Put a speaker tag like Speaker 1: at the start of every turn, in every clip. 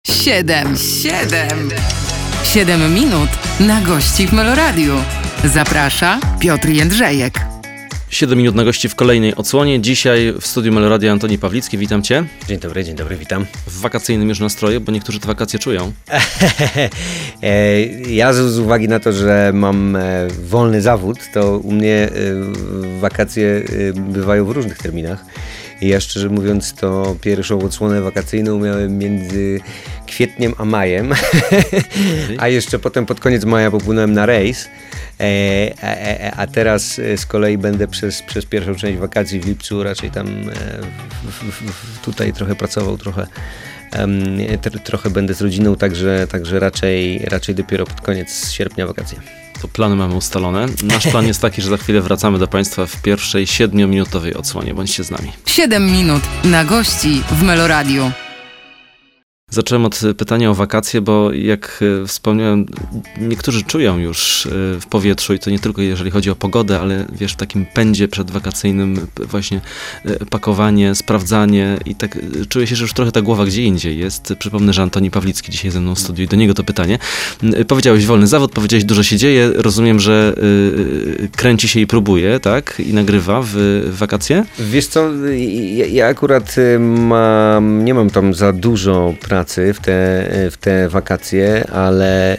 Speaker 1: 7 minut na gości w Meloradiu. Zaprasza Piotr Jędrzejek.
Speaker 2: 7 minut na gości w kolejnej odsłonie. Dzisiaj w studiu Meloradia Antoni Pawlicki. Witam Cię.
Speaker 3: Dzień dobry, witam.
Speaker 2: W wakacyjnym już nastroju, bo niektórzy te wakacje czują.
Speaker 3: Ja z uwagi na to, że mam wolny zawód, to u mnie wakacje bywają w różnych terminach. I ja szczerze mówiąc, to pierwszą odsłonę wakacyjną miałem między kwietniem a majem, a jeszcze potem pod koniec maja popłynąłem na rejs. A teraz z kolei będę przez pierwszą część wakacji w lipcu raczej tam tutaj trochę pracował, trochę będę z rodziną, także raczej dopiero pod koniec sierpnia wakacje.
Speaker 2: To plany mamy ustalone. Nasz plan jest taki, że za chwilę wracamy do Państwa w pierwszej 7-minutowej odsłonie. Bądźcie z nami. 7
Speaker 1: minut na gości w Meloradiu.
Speaker 2: Zacząłem od pytania o wakacje, bo jak wspomniałem, niektórzy czują już w powietrzu i to nie tylko jeżeli chodzi o pogodę, ale wiesz, w takim pędzie przedwakacyjnym właśnie pakowanie, sprawdzanie i tak czuję się, że już trochę ta głowa gdzie indziej jest. Przypomnę, że Antoni Pawlicki dzisiaj ze mną w studiu i do niego to pytanie. Powiedziałeś wolny zawód, powiedziałeś dużo się dzieje, rozumiem, że kręci się i próbuje, tak? I nagrywa w wakacje?
Speaker 3: Wiesz co, ja akurat nie mam tam za dużo pracy w te wakacje, ale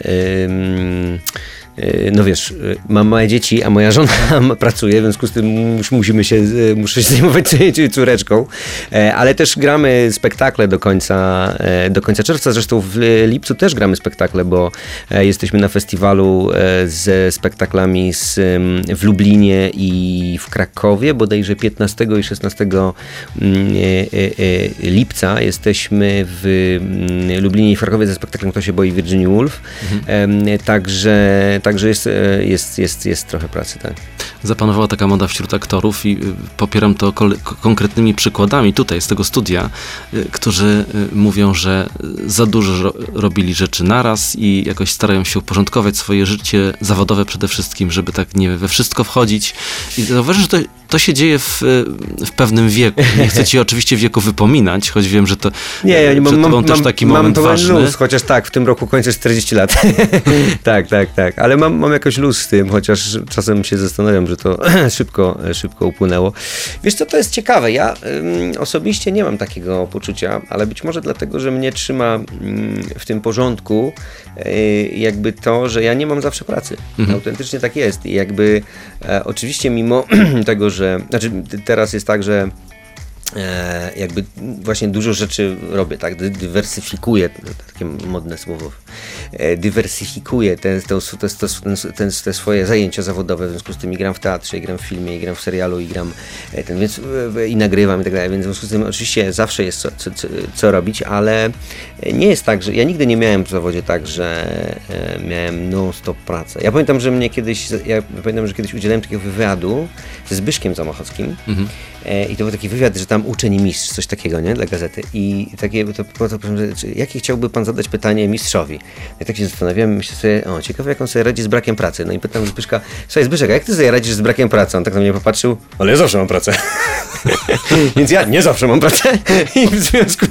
Speaker 3: no wiesz, mam małe dzieci, a moja żona pracuje, w związku z tym muszę się zajmować córeczką, ale też gramy spektakle do końca czerwca, zresztą w lipcu też gramy spektakle, bo jesteśmy na festiwalu ze spektaklami w Lublinie i w Krakowie, bodajże 15 i 16 lipca jesteśmy w Lublinie i w Krakowie ze spektaklem Kto się boi Virginia Woolf, Także jest trochę pracy, tak.
Speaker 2: Zapanowała taka moda wśród aktorów i popieram to konkretnymi przykładami tutaj z tego studia, którzy mówią, że za dużo robili rzeczy naraz i jakoś starają się uporządkować swoje życie zawodowe przede wszystkim, żeby tak nie we wszystko wchodzić. I zauważam, że to się dzieje w pewnym wieku. Nie chcę ci oczywiście wieku wypominać, choć wiem, że to mam też taki moment ważny.
Speaker 3: Mam luz, chociaż tak, w tym roku kończę 40 lat. tak, ale mam jakoś luz z tym, chociaż czasem się zastanawiam, że to szybko upłynęło. Wiesz co, to jest ciekawe, ja osobiście nie mam takiego poczucia, ale być może dlatego, że mnie trzyma w tym porządku jakby to, że ja nie mam zawsze pracy. Autentycznie tak jest i jakby oczywiście mimo tego, że teraz jest tak, że jakby właśnie dużo rzeczy robię, tak, dywersyfikuję, takie modne słowo, dywersyfikuję te swoje zajęcia zawodowe, w związku z tym i gram w teatrze, i gram w filmie, i gram w serialu, i nagrywam i tak dalej, więc w związku z tym oczywiście zawsze jest co robić, ale nie jest tak, że ja nigdy nie miałem w zawodzie tak, że miałem non-stop pracę. Ja pamiętam, że kiedyś udzielałem takiego wywiadu ze Zbyszkiem Zamachowskim i to był taki wywiad, że tam uczeń i mistrz, coś takiego, nie? Dla gazety. I takie, jakie chciałby pan zadać pytanie mistrzowi? Ja tak się zastanawiałem, myślę sobie, ciekawe jak on sobie radzi z brakiem pracy. No i pytam Zbyszka, słuchaj Zbyszek, a jak ty sobie radzisz z brakiem pracy? On tak na mnie popatrzył, ale ja zawsze mam pracę. Więc ja nie zawsze mam pracę i w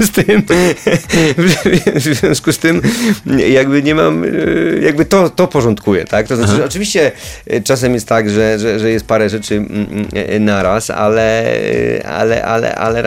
Speaker 3: związku z tym jakby nie mam, jakby to porządkuję, tak? To znaczy, że oczywiście czasem jest tak, że jest parę rzeczy naraz, ale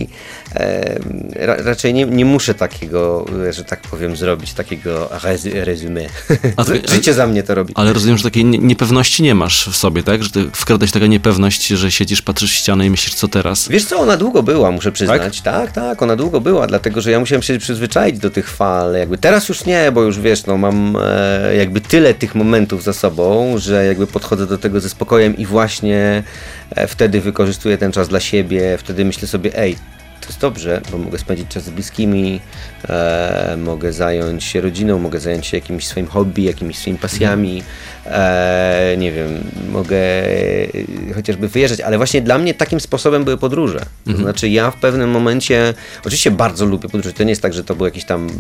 Speaker 3: raczej nie muszę takiego, że tak powiem, zrobić takiego resume. Życie za mnie to robi.
Speaker 2: Ale rozumiem, że takiej niepewności nie masz w sobie, tak? Że wkrada się taka niepewność, że siedzisz, patrzysz w ścianę i myślisz, co teraz?
Speaker 3: Wiesz co, ona długo była, muszę przyznać. Tak, ona długo była, dlatego, że ja musiałem się przyzwyczaić do tych fal. Jakby teraz już nie, bo już wiesz, mam jakby tyle tych momentów za sobą, że jakby podchodzę do tego ze spokojem i właśnie wtedy wykorzystuję ten czas dla siebie, wtedy myślę sobie, to jest dobrze, bo mogę spędzić czas z bliskimi, mogę zająć się rodziną, mogę zająć się jakimś swoim hobby, jakimiś swoimi pasjami, nie wiem, mogę chociażby wyjeżdżać, ale właśnie dla mnie takim sposobem były podróże. To znaczy ja w pewnym momencie, oczywiście bardzo lubię podróże, to nie jest tak, że to było jakieś tam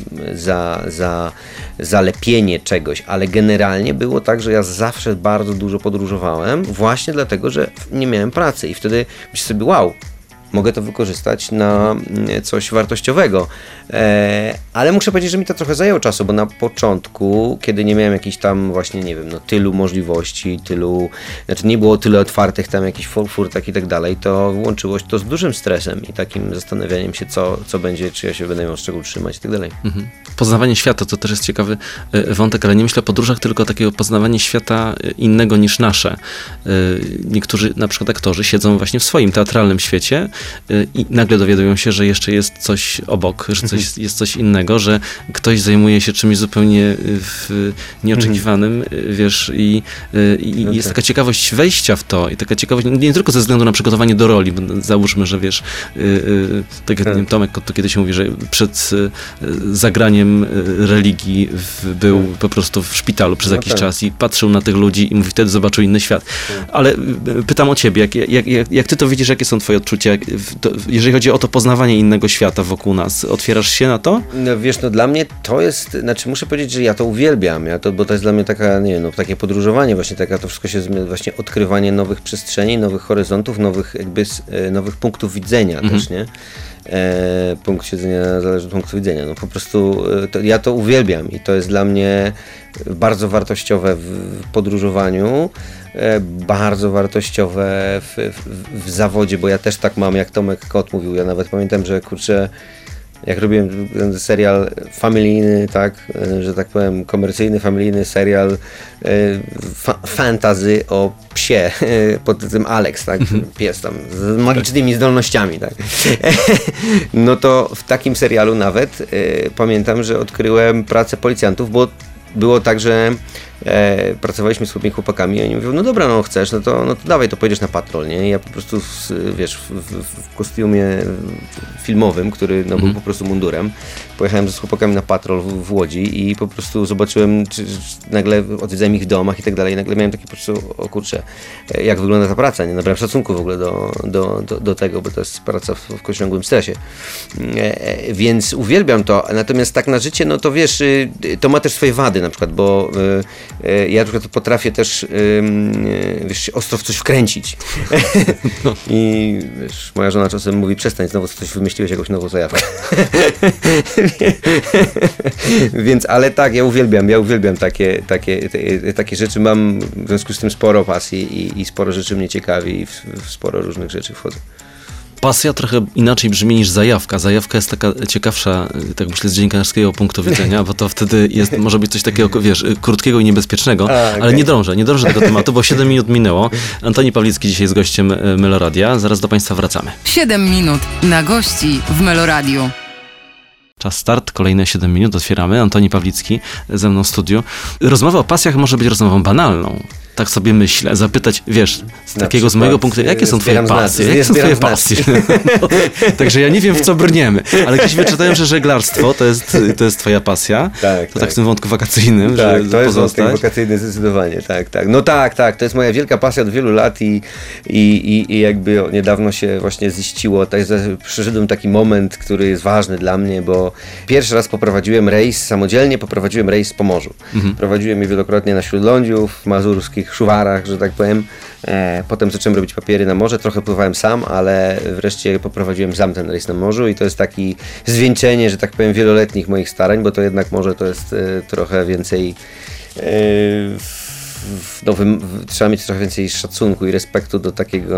Speaker 3: zalepienie czegoś, ale generalnie było tak, że ja zawsze bardzo dużo podróżowałem, właśnie dlatego, że nie miałem pracy i wtedy myślę sobie, wow, mogę to wykorzystać na coś wartościowego. Ale muszę powiedzieć, że mi to trochę zajęło czasu, bo na początku, kiedy nie miałem jakichś tam właśnie, nie wiem, tylu możliwości, nie było tyle otwartych tam jakichś furtek i tak dalej, to łączyło się to z dużym stresem i takim zastanawianiem się, co będzie, czy ja się będę miał z czego utrzymać i tak dalej.
Speaker 2: Poznawanie świata to też jest ciekawy wątek, ale nie myślę o podróżach, tylko takiego poznawanie świata innego niż nasze. Niektórzy, na przykład aktorzy, siedzą właśnie w swoim teatralnym świecie i nagle dowiadują się, że jeszcze jest coś obok, że jest coś innego, że ktoś zajmuje się czymś zupełnie nieoczekiwanym, wiesz, i jest taka ciekawość wejścia w to i taka ciekawość, nie tylko ze względu na przygotowanie do roli, bo załóżmy, że wiesz, tak jak Tomek to kiedyś mówi, że przed zagraniem religii był po prostu w szpitalu przez jakiś czas i patrzył na tych ludzi i mówi, wtedy zobaczył inny świat. Ale pytam o ciebie, jak ty to widzisz, jakie są twoje odczucia, jeżeli chodzi o to poznawanie innego świata wokół nas? Otwierasz się na to?
Speaker 3: No wiesz, dla mnie to jest, muszę powiedzieć, że ja to uwielbiam, bo to jest dla mnie taka, takie podróżowanie właśnie, to wszystko się właśnie odkrywanie nowych przestrzeni, nowych horyzontów, nowych punktów widzenia też, nie? Punkt siedzenia zależy od punktu widzenia. Po prostu ja to uwielbiam i to jest dla mnie bardzo wartościowe w podróżowaniu, bardzo wartościowe w zawodzie, bo ja też tak mam, jak Tomek Kot mówił. Ja nawet pamiętam, że jak robiłem ten serial familijny, tak, że tak powiem, komercyjny, familijny serial fantasy o psie pod tytułem Alex, tak, pies tam z magicznymi zdolnościami, tak. No to w takim serialu nawet pamiętam, że odkryłem pracę policjantów, bo było tak, że pracowaliśmy z chłopakami chłopakami i oni mówią, no dobra, no chcesz, no to dawaj, to pojedziesz na patrol, nie? I ja po prostu, wiesz, w kostiumie filmowym, który był po prostu mundurem, pojechałem z chłopakami na patrol w Łodzi i po prostu zobaczyłem, nagle odwiedzałem ich w domach i tak dalej, i nagle miałem takie po prostu, o kurczę, jak wygląda ta praca, nie? Nabrałem szacunku w ogóle do tego, bo to jest praca w ciągłym stresie. Więc uwielbiam to, natomiast tak na życie, no to wiesz, to ma też swoje wady na przykład, bo ja na przykład potrafię też wiesz, ostro w coś wkręcić. No. I wiesz, moja żona czasem mówi, przestań, znowu coś wymyśliłeś, jakąś nową zajawkę. Więc, ale tak, ja uwielbiam takie rzeczy, mam w związku z tym sporo pasji i sporo rzeczy mnie ciekawi i w sporo różnych rzeczy wchodzę.
Speaker 2: Pasja trochę inaczej brzmi niż zajawka. Zajawka jest taka ciekawsza, tak myślę, z dziennikarskiego punktu widzenia, bo to wtedy może być coś takiego, wiesz, krótkiego i niebezpiecznego, ale nie drążę tego tematu, bo 7 minut minęło. Antoni Pawlicki dzisiaj jest gościem Meloradia. Zaraz do Państwa wracamy.
Speaker 1: 7 minut na gości w Meloradiu.
Speaker 2: Czas start, kolejne 7 minut, otwieramy. Antoni Pawlicki ze mną w studiu. Rozmowa o pasjach może być rozmową banalną. Tak sobie myślę, zapytać, wiesz, z mojego punktu, jakie są twoje pasje? Jakie są twoje pasje? No, także ja nie wiem, w co brniemy, ale gdzieś wyczytałem, że żeglarstwo to jest twoja pasja. Tak w tym wątku wakacyjnym,
Speaker 3: tak, to jest wątek wakacyjny zdecydowanie, tak. No tak, to jest moja wielka pasja od wielu lat i jakby niedawno się właśnie ziściło, przeżyłem taki moment, który jest ważny dla mnie, bo pierwszy raz samodzielnie poprowadziłem rejs po morzu. Prowadziłem je wielokrotnie na Śródlądziu, w mazurskich Szuwarach, że tak powiem. Potem zacząłem robić papiery na morze, trochę pływałem sam, ale wreszcie poprowadziłem sam ten rejs na morzu i to jest takie zwieńczenie, że tak powiem, wieloletnich moich starań, bo to jednak morze to jest trochę więcej trzeba mieć trochę więcej szacunku i respektu do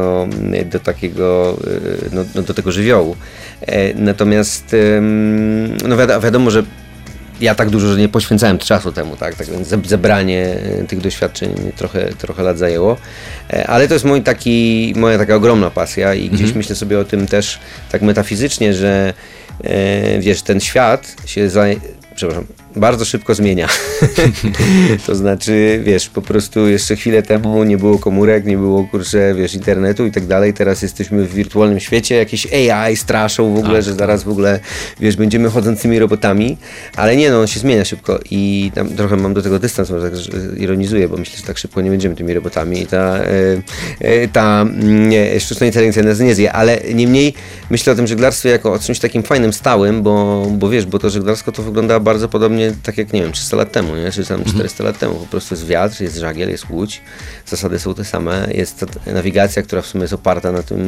Speaker 3: tego żywiołu. Natomiast wiadomo, że ja tak dużo, że nie poświęcałem czasu temu, tak więc zebranie tych doświadczeń trochę lat zajęło, ale to jest moja taka ogromna pasja i gdzieś myślę sobie o tym też tak metafizycznie, że wiesz, ten świat się bardzo szybko zmienia. To znaczy, wiesz, po prostu jeszcze chwilę temu nie było komórek, nie było, wiesz, internetu i tak dalej. Teraz jesteśmy w wirtualnym świecie, jakieś AI straszą w ogóle, że zaraz w ogóle, wiesz, będziemy chodzącymi robotami, ale nie, on się zmienia szybko i tam trochę mam do tego dystans, może tak ironizuję, bo myślę, że tak szybko nie będziemy tymi robotami i ta sztuczna inteligencja nas nie zje, ale niemniej myślę o tym żeglarstwie jako o czymś takim fajnym, stałym, bo wiesz, bo to żeglarstwo to wygląda bardzo podobnie tak jak, nie wiem, 300 lat temu, nie? Czy tam 400 lat temu. Po prostu jest wiatr, jest żagiel, jest łódź, zasady są te same, jest nawigacja, która w sumie jest oparta na tym,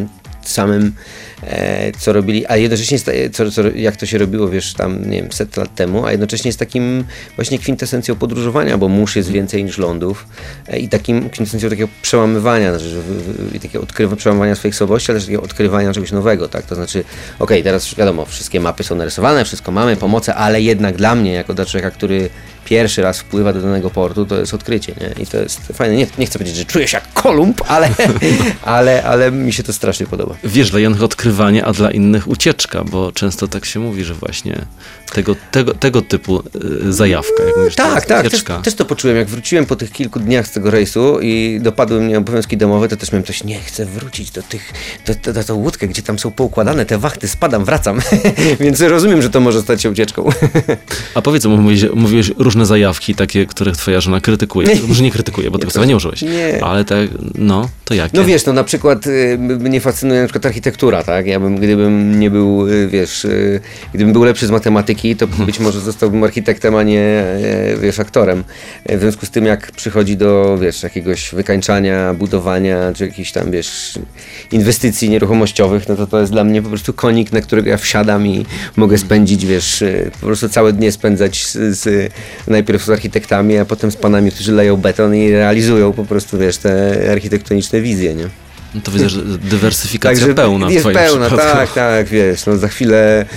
Speaker 3: samym, co robili, a jednocześnie jak to się robiło, wiesz, tam, nie wiem, 100 lat temu, a jednocześnie z takim właśnie kwintesencją podróżowania, bo mórz jest więcej niż lądów i takim kwintesencją takiego przełamywania, znaczy, i takiego przełamywania swoich słabości, ale też takiego odkrywania czegoś nowego, tak, to znaczy, okej, teraz wiadomo, wszystkie mapy są narysowane, wszystko mamy, pomoce, ale jednak dla mnie, jako dla człowieka, który pierwszy raz wpływa do danego portu, to jest odkrycie, nie? I to jest fajne. Nie chcę powiedzieć, że czuję się jak Kolumb, ale mi się to strasznie podoba.
Speaker 2: Wiesz, dla jednych odkrywanie, a dla innych ucieczka, bo często tak się mówi, że właśnie tego typu zajawka, jak mówisz,
Speaker 3: tak, też to poczułem, jak wróciłem po tych kilku dniach z tego rejsu i dopadły mnie obowiązki domowe, to też miałem coś, nie chcę wrócić do tą łódkę, gdzie tam są poukładane te wachty, spadam, wracam, więc rozumiem, że to może stać się ucieczką.
Speaker 2: A powiedz, mówiłeś różne zajawki, takie, których twoja żona krytykuje. Może nie krytykuje, bo tego słowa nie użyłeś.
Speaker 3: Nie.
Speaker 2: Ale tak, to jakie?
Speaker 3: No wiesz, na przykład mnie fascynuje na przykład architektura, tak? Gdybym nie był, gdybym był lepszy z matematyki, to być może zostałbym architektem, a nie, aktorem. W związku z tym, jak przychodzi do, jakiegoś wykańczania, budowania, czy jakichś tam, inwestycji nieruchomościowych, no to jest dla mnie po prostu konik, na którego ja wsiadam i mogę spędzić, po prostu całe dnie spędzać najpierw z architektami, a potem z panami, którzy leją beton i realizują po prostu, te architektoniczne wizje, nie?
Speaker 2: No to widzę, że dywersyfikacja pełna w
Speaker 3: jest
Speaker 2: twoim
Speaker 3: pełna,
Speaker 2: przypadku.
Speaker 3: tak, za chwilę,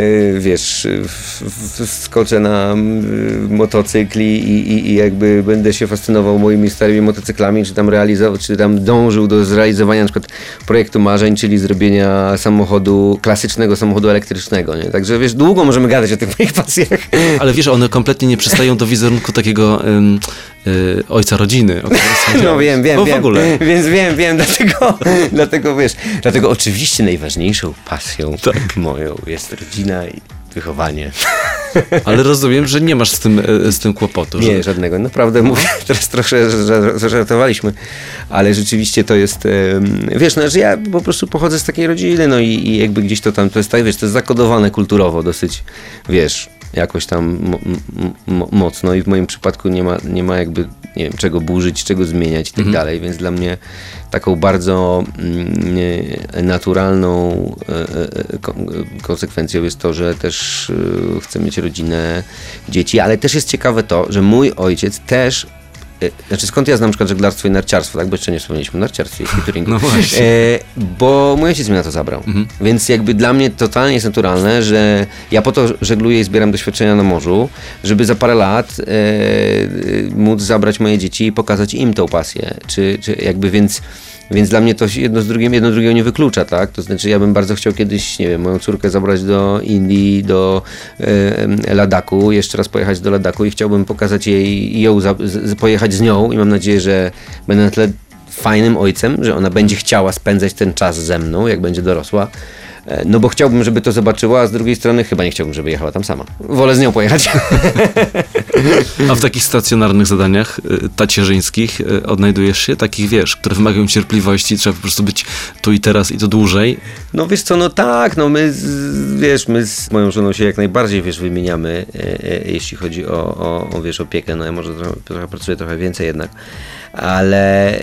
Speaker 3: skoczę na motocykl i jakby będę się fascynował moimi starymi motocyklami, czy tam dążył do zrealizowania na przykład projektu marzeń, czyli zrobienia klasycznego samochodu elektrycznego, nie? Także długo możemy gadać o tych moich pasjach.
Speaker 2: Ale wiesz, one kompletnie nie przystają do wizerunku takiego ojca rodziny.
Speaker 3: No wiem,
Speaker 2: w ogóle.
Speaker 3: Więc wiem, dlatego oczywiście najważniejszą pasją moją jest rodzina i wychowanie.
Speaker 2: Ale rozumiem, że nie masz z tym kłopotu.
Speaker 3: Nie, żadnego. Naprawdę mówię, teraz troszkę zażartowaliśmy, ale rzeczywiście to jest, że ja po prostu pochodzę z takiej rodziny, i jakby gdzieś to tam, to jest tak, to jest zakodowane kulturowo dosyć, jakoś tam mocno i w moim przypadku nie ma jakby, nie wiem, czego burzyć, czego zmieniać i tak dalej, więc dla mnie taką bardzo naturalną konsekwencją jest to, że też chcę mieć rodzinę, dzieci, ale też jest ciekawe to, że mój ojciec też, skąd ja znam na przykład żeglarstwo i narciarstwo, tak? Bo jeszcze nie wspomnieliśmy o narciarstwie i skituringu.
Speaker 2: No właśnie.
Speaker 3: Bo mój ojciec mnie na to zabrał. Więc jakby dla mnie totalnie jest naturalne, że ja po to żegluję i zbieram doświadczenia na morzu, żeby za parę lat móc zabrać moje dzieci i pokazać im tą pasję. Więc dla mnie to jedno drugiego nie wyklucza, tak? To znaczy ja bym bardzo chciał kiedyś, nie wiem, moją córkę zabrać do Indii, do Ladaku, jeszcze raz pojechać do Ladaku i chciałbym pokazać jej i ją pojechać z nią i mam nadzieję, że będę na tyle fajnym ojcem, że ona będzie chciała spędzać ten czas ze mną, jak będzie dorosła. No bo chciałbym, żeby to zobaczyła, a z drugiej strony chyba nie chciałbym, żeby jechała tam sama. Wolę z nią pojechać.
Speaker 2: A w takich stacjonarnych zadaniach tacierzyńskich odnajdujesz się? Takich, które wymagają cierpliwości, trzeba po prostu być tu i teraz i to dłużej?
Speaker 3: No wiesz co, my z moją żoną się jak najbardziej, wymieniamy, jeśli chodzi o opiekę. No ja może trochę pracuję trochę więcej jednak. Ale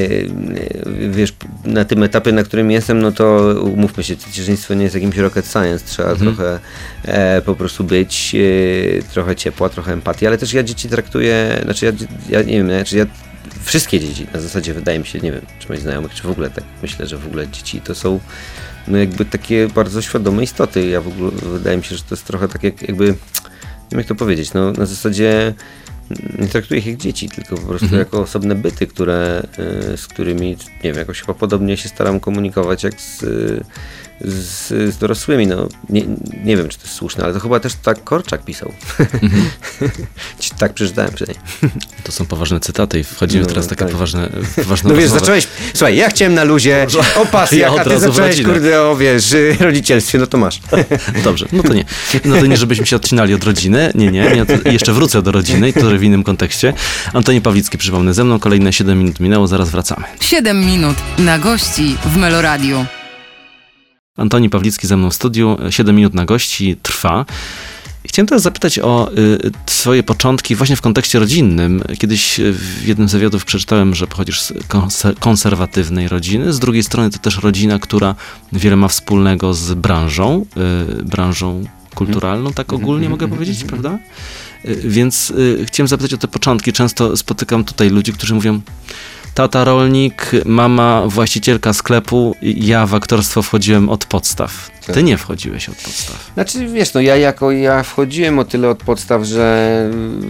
Speaker 3: na tym etapie, na którym jestem, no to umówmy się, tacierzyństwo nie jest jakimś rocket science, trzeba trochę po prostu być, trochę ciepła, trochę empatii, ale też ja dzieci traktuję, ja nie wiem, ja wszystkie dzieci, na zasadzie wydaje mi się, nie wiem, czy moich znajomych, czy w ogóle tak myślę, że w ogóle dzieci to są jakby takie bardzo świadome istoty, ja w ogóle wydaje mi się, że to jest trochę tak jakby, nie wiem jak to powiedzieć, na zasadzie nie traktuję ich jak dzieci, tylko po prostu jako osobne byty, z którymi, nie wiem, jakoś chyba podobnie się staram komunikować jak z dorosłymi. No, nie wiem, czy to jest słuszne, ale to chyba też tak Korczak pisał. Tak przeczytałem przynajmniej.
Speaker 2: To są poważne cytaty i wchodzimy teraz w takie poważne
Speaker 3: No wiesz, zacząłeś, słuchaj, ja chciałem na luzie o pasjach, a ty zacząłeś, o rodzicielstwie, no to masz.
Speaker 2: Dobrze, no to nie, żebyśmy się odcinali od rodziny, nie, jeszcze wrócę do rodziny, które w innym kontekście. Antoni Pawlicki, przypomnę, ze mną kolejne 7 minut minęło, zaraz wracamy.
Speaker 1: 7 minut na gości w Meloradiu.
Speaker 2: Antoni Pawlicki ze mną w studiu, 7 minut na gości trwa. Chciałem teraz zapytać o twoje początki właśnie w kontekście rodzinnym. Kiedyś w jednym z wywiadów przeczytałem, że pochodzisz z konserwatywnej rodziny. Z drugiej strony to też rodzina, która wiele ma wspólnego z branżą kulturalną, tak ogólnie mogę powiedzieć, prawda? Więc chciałem zapytać o te początki. Często spotykam tutaj ludzi, którzy mówią: tata rolnik, mama właścicielka sklepu, ja w aktorstwo wchodziłem od podstaw. Ty nie wchodziłeś od podstaw.
Speaker 3: Znaczy, wiesz, no ja wchodziłem o tyle od podstaw, że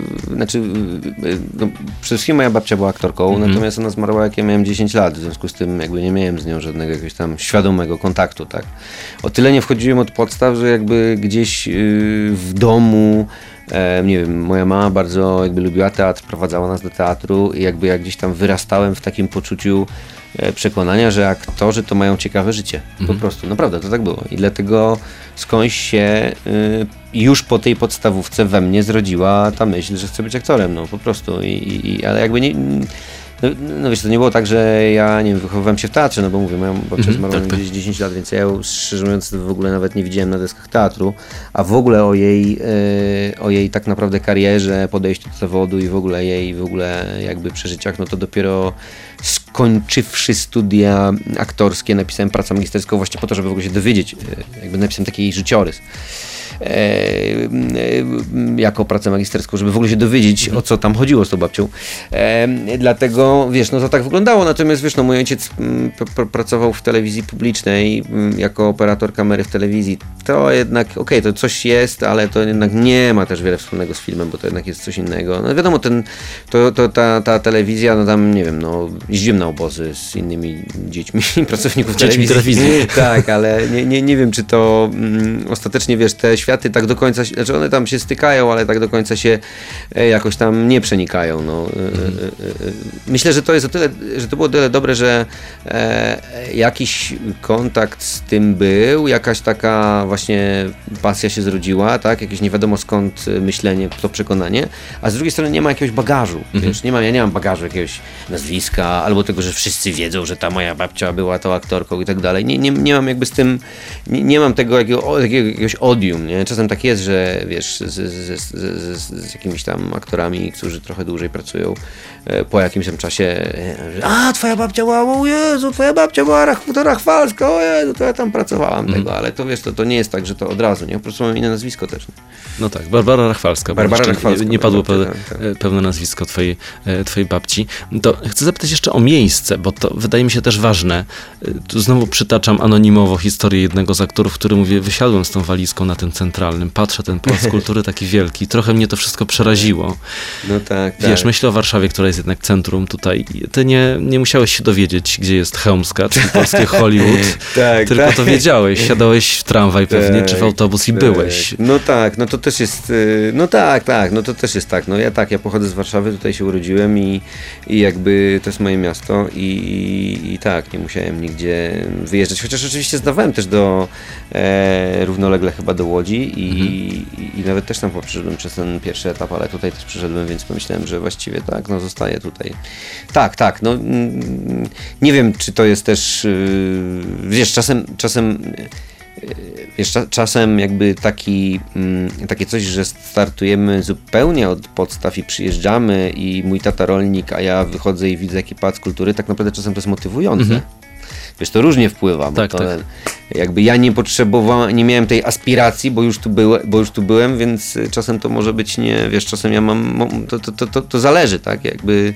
Speaker 3: przede wszystkim moja babcia była aktorką, natomiast ona zmarła jak ja miałem 10 lat, w związku z tym jakby nie miałem z nią żadnego jakiegoś tam świadomego kontaktu, tak. O tyle nie wchodziłem od podstaw, że jakby gdzieś w domu, nie wiem, moja mama bardzo jakby lubiła teatr, prowadzała nas do teatru i jakby ja gdzieś tam wyrastałem w takim poczuciu przekonania, że aktorzy to mają ciekawe życie. Po prostu, naprawdę, to tak było. I dlatego skądś się już po tej podstawówce we mnie zrodziła ta myśl, że chcę być aktorem, no po prostu. Ale jakby nie... No wiesz, to nie było tak, że ja, nie wiem, wychowywałem się w teatrze, no bo mówię, moja babcia zmarła gdzieś 10 lat, więc ja ją, szczerze mówiąc, w ogóle nawet nie widziałem na deskach teatru, a w ogóle o jej tak naprawdę karierze, podejściu do zawodu i w ogóle jej jakby przeżyciach, no to dopiero skończywszy studia aktorskie napisałem pracę magisterską właśnie po to, żeby w ogóle się dowiedzieć, jakby napisałem taki jej życiorys. Jako pracę magisterską, żeby w ogóle się dowiedzieć, o co tam chodziło z tą babcią. Dlatego, wiesz, no to tak wyglądało. Natomiast, wiesz, no mój ojciec pracował w telewizji publicznej jako operator kamery w telewizji. To jednak, okej, to coś jest, ale to jednak nie ma też wiele wspólnego z filmem, bo to jednak jest coś innego. No wiadomo, ta telewizja, no tam, nie wiem, no jeździłem na obozy z innymi dziećmi pracowników telewizji. Tak, ale nie wiem, czy to ostatecznie, wiesz, te światy tak do końca, znaczy one tam się stykają, ale tak do końca się jakoś tam nie przenikają. No. Myślę, że to jest o tyle, że to było tyle dobre, że jakiś kontakt z tym był, jakaś taka właśnie pasja się zrodziła, tak? Jakieś nie wiadomo skąd myślenie, to przekonanie, a z drugiej strony nie ma jakiegoś bagażu, wiesz, ja nie mam bagażu jakiegoś nazwiska, albo tego, że wszyscy wiedzą, że ta moja babcia była tą aktorką i tak dalej. Nie mam jakby z tym, nie mam tego jakiegoś odium, nie? Czasem tak jest, że wiesz, z jakimiś tam aktorami, którzy trochę dłużej pracują, po jakimś tam czasie, twoja babcia była, o Jezu, twoja babcia była Rachwalska, o Jezu, to ja tam pracowałam tego, ale to wiesz, to nie jest tak, że to od razu, nie? Po prostu mam inne nazwisko też. Nie?
Speaker 2: No tak, Barbara Rachwalska. Nie padło pełne nazwisko twojej babci. To chcę zapytać jeszcze o miejsce, bo to wydaje mi się też ważne. Tu znowu przytaczam anonimowo historię jednego z aktorów, który mówi, wysiadłem z tą walizką na tym centralnym, patrzę, ten plac kultury taki wielki, trochę mnie to wszystko przeraziło.
Speaker 3: No tak.
Speaker 2: Wiesz, myślę o Warszawie, która jest jednak centrum tutaj. Ty nie musiałeś się dowiedzieć, gdzie jest Chełmska, czyli polskie Hollywood, tylko to wiedziałeś, siadałeś w tramwaj pewnie, czy w autobus i byłeś.
Speaker 3: No tak, no to też jest, no to też jest tak. No ja pochodzę z Warszawy, tutaj się urodziłem i jakby to jest moje miasto i tak, nie musiałem nigdzie wyjeżdżać, chociaż oczywiście zdawałem też równolegle chyba do Łodzi i nawet też tam przyszedłem przez ten pierwszy etap, ale tutaj też przyszedłem, więc pomyślałem, że właściwie tak, no zostaję tutaj. Tak, no nie wiem, czy to jest też, wiesz, czasem jakby takie coś, że startujemy zupełnie od podstaw i przyjeżdżamy i mój tata rolnik, a ja wychodzę i widzę jaki pałac kultury, tak naprawdę czasem to jest motywujące. Wiesz, to różnie wpływa, bo jakby ja nie miałem tej aspiracji, bo już tu byłem, więc czasem to może być czasem ja mam, to zależy, tak, jakby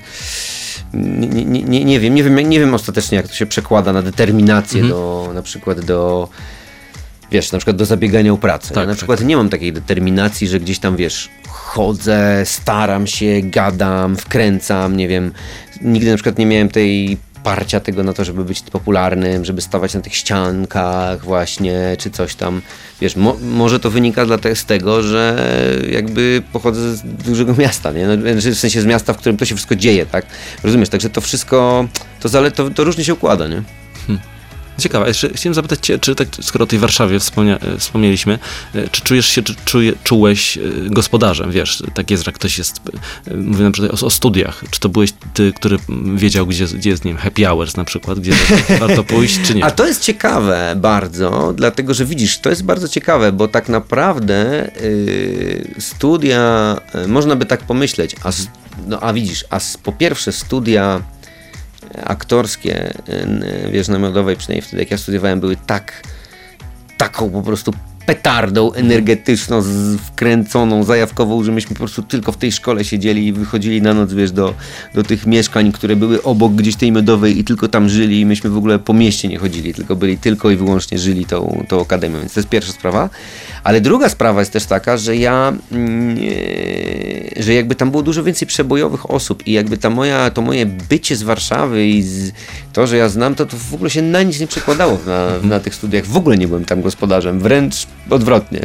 Speaker 3: nie wiem ostatecznie, jak to się przekłada na determinację na przykład do zabiegania o pracę. Ja na przykład nie mam takiej determinacji, że gdzieś tam, wiesz, chodzę, staram się, gadam, wkręcam, nie wiem, nigdy na przykład nie miałem tej parcia tego na to, żeby być popularnym, żeby stawać na tych ściankach właśnie, czy coś tam. Wiesz, może to wynika z tego, że jakby pochodzę z dużego miasta, nie? No, w sensie z miasta, w którym to się wszystko dzieje, tak? Rozumiesz? Także to wszystko, to różnie się układa, nie?
Speaker 2: Ciekawe, jeszcze chciałem zapytać cię, czy tak, skoro o tej Warszawie wspomnieliśmy, czy czujesz się, czułeś gospodarzem, wiesz, tak jest, że ktoś jest, mówię na przykład o studiach, czy to byłeś ty, który wiedział, gdzie jest, nie wiem, happy hours na przykład, gdzie warto pójść, czy nie?
Speaker 3: A to jest ciekawe bardzo, dlatego, że widzisz, to jest bardzo ciekawe, bo tak naprawdę studia, można by tak pomyśleć, po pierwsze studia aktorskie, wiesz, na Miodowej, przynajmniej wtedy jak ja studiowałem, były taką po prostu petardą energetyczną, wkręconą, zajawkową, że myśmy po prostu tylko w tej szkole siedzieli i wychodzili na noc, wiesz, do tych mieszkań, które były obok gdzieś tej Miodowej i tylko tam żyli i myśmy w ogóle po mieście nie chodzili, tylko i wyłącznie żyli tą akademią, więc to jest pierwsza sprawa. Ale druga sprawa jest też taka, że że jakby tam było dużo więcej przebojowych osób i jakby to moje bycie z Warszawy i to, że ja znam, to w ogóle się na nic nie przekładało na tych studiach. W ogóle nie byłem tam gospodarzem, wręcz odwrotnie.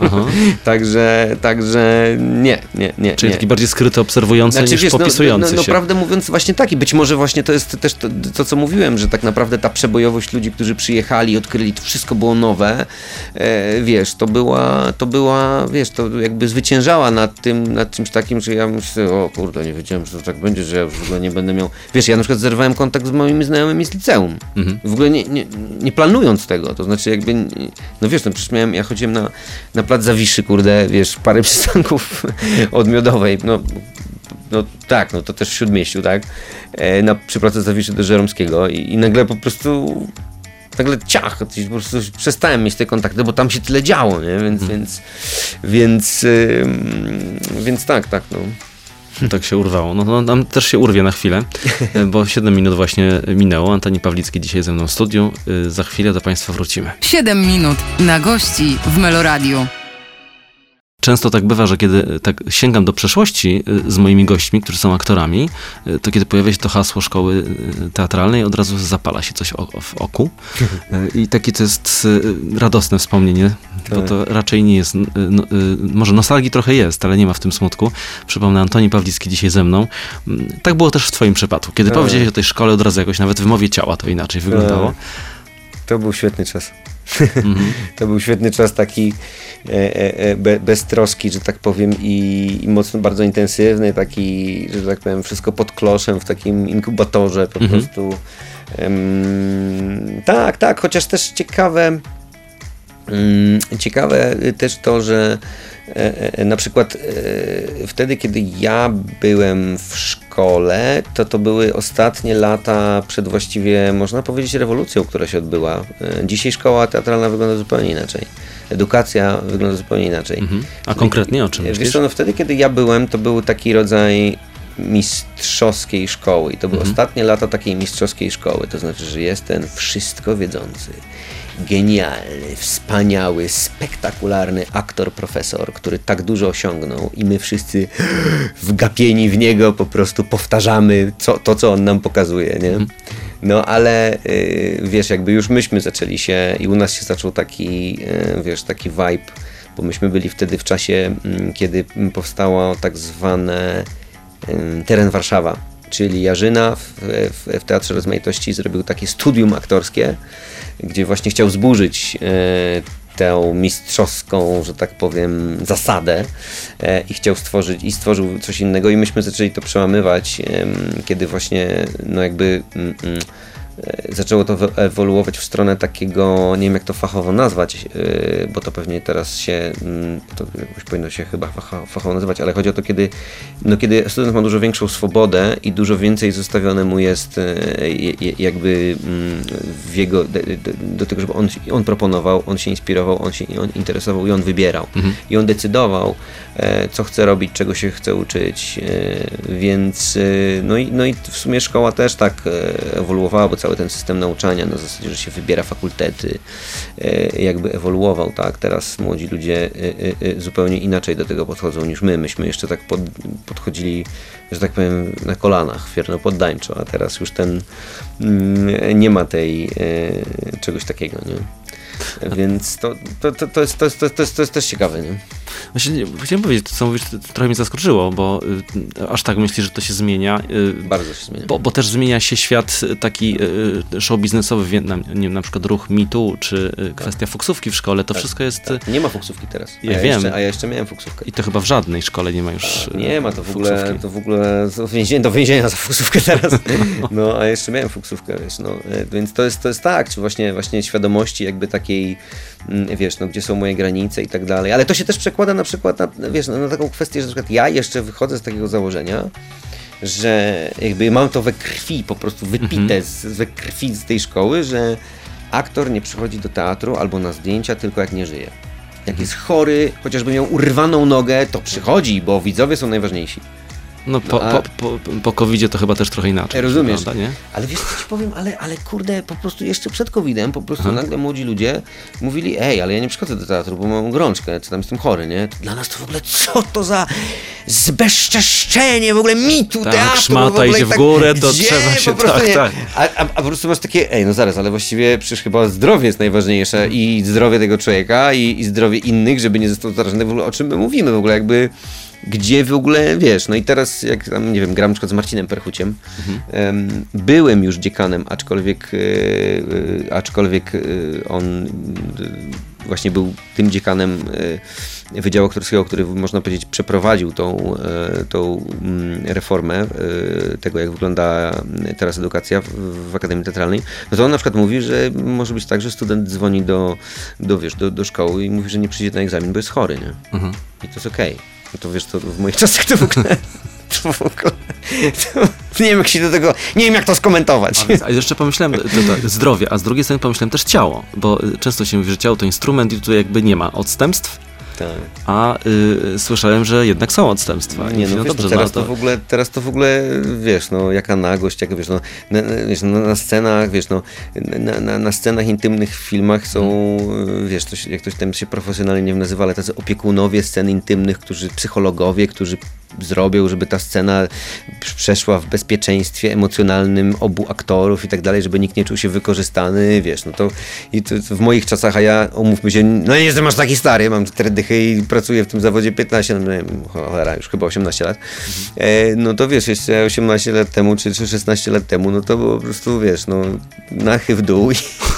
Speaker 3: Także nie.
Speaker 2: Czyli taki bardziej skryty, obserwujący niż popisujący się.
Speaker 3: Prawdę mówiąc właśnie tak i być może właśnie to jest też to, co mówiłem, że tak naprawdę ta przebojowość ludzi, którzy przyjechali, odkryli, to wszystko było nowe, wiesz, to była, wiesz, to jakby zwyciężała nad czymś takim, że ja myślę, o kurde, nie wiedziałem, że to tak będzie, że ja już w ogóle nie będę miał, wiesz, ja na przykład zerwałem kontakt z moimi znajomymi z liceum, w ogóle nie planując tego, to znaczy jakby, no wiesz, no przecież ja chodziłem na plac Zawiszy, kurde, wiesz, parę przystanków od Miodowej, tak, to też w Śródmieściu, tak, przy placu Zawiszy do Żeromskiego i nagle po prostu po prostu przestałem mieć te kontakty, bo tam się tyle działo, nie? Więc tak, no.
Speaker 2: Tak się urwało. No nam też się urwie na chwilę, bo 7 minut właśnie minęło. Antoni Pawlicki dzisiaj ze mną w studiu. Za chwilę do Państwa wrócimy.
Speaker 1: 7 minut na gości w Meloradiu.
Speaker 2: Często tak bywa, że kiedy tak sięgam do przeszłości z moimi gośćmi, którzy są aktorami, to kiedy pojawia się to hasło szkoły teatralnej, od razu zapala się coś w oku. I takie to jest radosne wspomnienie, bo to raczej nie jest, może nostalgii trochę jest, ale nie ma w tym smutku. Przypomnę, Antoni Pawlicki dzisiaj ze mną. Tak było też w twoim przypadku. Kiedy powiedziałeś o tej szkole, od razu jakoś nawet w mowie ciała to inaczej wyglądało.
Speaker 3: To był świetny czas. To był świetny czas taki bez troski, że tak powiem, i mocno bardzo intensywny, taki, że tak powiem, wszystko pod kloszem w takim inkubatorze po prostu. Tak, chociaż też ciekawe też to, że na przykład wtedy, kiedy ja byłem w szkole, to były ostatnie lata przed właściwie, można powiedzieć, rewolucją, która się odbyła. Dzisiaj szkoła teatralna wygląda zupełnie inaczej. Edukacja wygląda zupełnie inaczej.
Speaker 2: A konkretnie o czym myślisz?
Speaker 3: Wiesz co, wtedy, kiedy ja byłem, to był taki rodzaj mistrzowskiej szkoły i to były ostatnie lata takiej mistrzowskiej szkoły, to znaczy, że jest ten wszystko wiedzący, genialny, wspaniały, spektakularny aktor, profesor, który tak dużo osiągnął i my wszyscy wgapieni w niego po prostu powtarzamy co on nam pokazuje, nie? No ale wiesz, jakby już myśmy zaczęli się i u nas się zaczął taki, wiesz, taki vibe, bo myśmy byli wtedy w czasie, kiedy powstało tak zwane Teren Warszawa, czyli Jarzyna w Teatrze Rozmaitości zrobił takie studium aktorskie, gdzie właśnie chciał zburzyć tę mistrzowską, że tak powiem, zasadę i chciał stworzył coś innego i myśmy zaczęli to przełamywać, kiedy właśnie no jakby zaczęło to ewoluować w stronę takiego, nie wiem jak to fachowo nazwać, bo to pewnie teraz się, to jakoś powinno się chyba fachowo nazywać, ale chodzi o to, kiedy student ma dużo większą swobodę i dużo więcej zostawione mu jest jakby w jego, do tego, żeby on proponował, on się inspirował, on interesował i on wybierał. I on decydował, co chce robić, czego się chce uczyć, więc no i w sumie szkoła też tak ewoluowała, bo cały ten system nauczania na zasadzie, że się wybiera fakultety, jakby ewoluował, tak? Teraz młodzi ludzie zupełnie inaczej do tego podchodzą niż my. Myśmy jeszcze tak podchodzili, że tak powiem, na kolanach, wierno-poddańczo, a teraz już nie ma czegoś takiego, nie? Więc to jest też ciekawe, nie?
Speaker 2: Właśnie chciałem powiedzieć, to co mówisz, trochę mnie zaskoczyło, bo aż tak myślisz, że to się zmienia.
Speaker 3: Bardzo się zmienia.
Speaker 2: Bo też zmienia się świat taki show biznesowy, nie wiem, na przykład ruch Me Too, czy kwestia fuksówki w szkole, to wszystko jest...
Speaker 3: Tak. Nie ma fuksówki teraz.
Speaker 2: Ja wiem.
Speaker 3: A ja jeszcze miałem fuksówkę.
Speaker 2: I to chyba w żadnej szkole nie ma już
Speaker 3: nie ma, to w ogóle do więzienia za fuksówkę teraz. No, a jeszcze miałem fuksówkę, wiesz, no. Więc to jest tak, czy właśnie świadomości jakby takiej, wiesz, no, gdzie są moje granice i tak dalej. Ale to się też przekłada na przykład na taką kwestię, że na przykład ja jeszcze wychodzę z takiego założenia, że jakby mam to we krwi, po prostu wypite we krwi z tej szkoły, że aktor nie przychodzi do teatru albo na zdjęcia tylko jak nie żyje. Jak jest chory, chociażby miał urwaną nogę, to przychodzi, bo widzowie są najważniejsi.
Speaker 2: No po COVID-zie to chyba też trochę inaczej.
Speaker 3: Rozumiesz,
Speaker 2: prawda, nie?
Speaker 3: Ale wiesz co ci powiem, ale kurde, po prostu jeszcze przed COVID-em po prostu nagle młodzi ludzie mówili, ale ja nie przychodzę do teatru, bo mam gorączkę, czy tam jestem chory, nie? To dla nas to w ogóle, co to za zbezczeszczenie w ogóle mitu teatru.
Speaker 2: Szmata idzie w górę, to trzeba się, tak.
Speaker 3: A po prostu masz takie, no zaraz, ale właściwie przecież chyba zdrowie jest najważniejsze i zdrowie tego człowieka i zdrowie innych, żeby nie został zarażony. W ogóle o czym my mówimy w ogóle, jakby gdzie w ogóle, wiesz, no i teraz jak tam, nie wiem, gram na przykład z Marcinem Perchuciem, byłem już dziekanem, aczkolwiek on właśnie był tym dziekanem Wydziału Aktorskiego, który, można powiedzieć, przeprowadził tą reformę tego, jak wygląda teraz edukacja w Akademii Teatralnej. No to on na przykład mówi, że może być tak, że student dzwoni do szkoły i mówi, że nie przyjdzie na egzamin, bo jest chory, nie? I to jest okej. No to wiesz, to w moich czasach to w ogóle nie wiem, jak się do tego, nie wiem, jak to skomentować.
Speaker 2: A jeszcze pomyślałem, zdrowie, a z drugiej strony pomyślałem też ciało, bo często się mówi, że ciało to instrument i tutaj jakby nie ma odstępstw. Tak. A słyszałem, że jednak są odstępstwa.
Speaker 3: Nie, no, dobrze, teraz to w ogóle, wiesz, no, jaka nagość, jak wiesz, na scenach, wiesz, no, na scenach intymnych w filmach są, wiesz, jak ktoś tam się profesjonalnie nie nazywa, ale tacy opiekunowie scen intymnych, psychologowie, którzy zrobią, żeby ta scena przeszła w bezpieczeństwie emocjonalnym obu aktorów i tak dalej, żeby nikt nie czuł się wykorzystany, wiesz, no to w moich czasach, a ja, umówmy się, no nie jestem aż taki stary, mam 4 dychy i pracuję w tym zawodzie 15, no nie wiem, cholera, już chyba 18 lat, no to wiesz, jeszcze 18 lat temu, czy 16 lat temu, no to było po prostu, wiesz, no, nachy w dół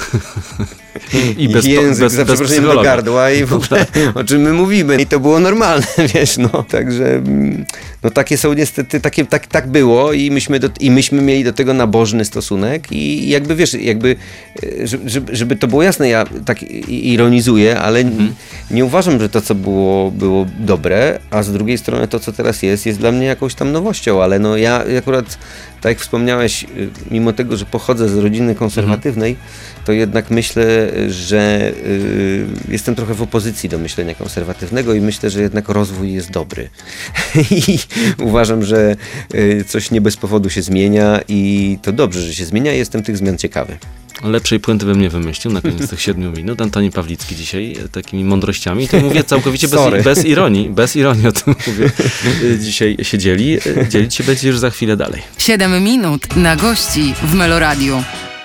Speaker 3: i język za przeproszeniem do gardła i w ogóle o czym my mówimy. I to było normalne, wiesz, no. Także no takie są niestety, tak było i myśmy mieli do tego nabożny stosunek i jakby wiesz, żeby to było jasne, ja tak ironizuję, ale nie uważam, że to, co było dobre, a z drugiej strony to, co teraz jest dla mnie jakąś tam nowością, ale no ja akurat, tak jak wspomniałeś, mimo tego, że pochodzę z rodziny konserwatywnej, to jednak myślę, że jestem trochę w opozycji do myślenia konserwatywnego i myślę, że jednak rozwój jest dobry. I uważam, że coś nie bez powodu się zmienia i to dobrze, że się zmienia i jestem tych zmian ciekawy.
Speaker 2: Lepszej puenty bym nie wymyślił na koniec tych 7 minut. Antoni Pawlicki dzisiaj takimi mądrościami. I to mówię całkowicie bez ironii. Bez ironii o tym mówię. Dzisiaj się dzielić się będzie już za chwilę dalej.
Speaker 1: 7 minut na gości w Meloradiu.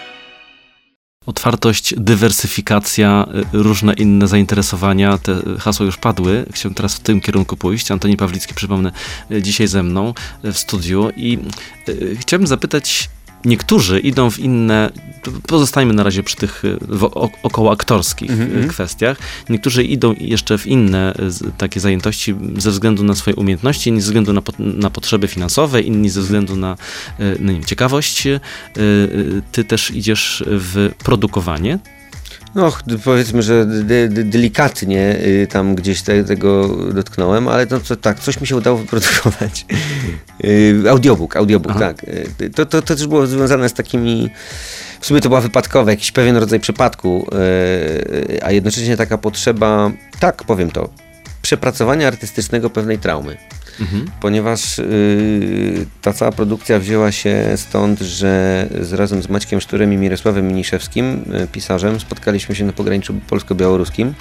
Speaker 2: Otwartość, dywersyfikacja, różne inne zainteresowania, te hasła już padły. Chciałem teraz w tym kierunku pójść. Antoni Pawlicki, przypomnę, dzisiaj ze mną w studiu i chciałbym zapytać, niektórzy idą w inne, pozostańmy na razie przy tych okołoaktorskich kwestiach, niektórzy idą jeszcze w inne takie zajętości ze względu na swoje umiejętności, inni ze względu na potrzeby finansowe, inni ze względu na nie wiem, ciekawość. Ty też idziesz w produkowanie.
Speaker 3: No, powiedzmy, że delikatnie tam gdzieś tego dotknąłem, ale to tak, coś mi się udało wyprodukować. Audiobook, tak. To też było związane z takimi, w sumie to była wypadkowa, jakiś pewien rodzaj przypadku, a jednocześnie taka potrzeba, tak powiem to, przepracowania artystycznego pewnej traumy. Ponieważ ta cała produkcja wzięła się stąd, że razem z Maćkiem Szturem i Mirosławem Miniszewskim, pisarzem, spotkaliśmy się na pograniczu polsko-białoruskim.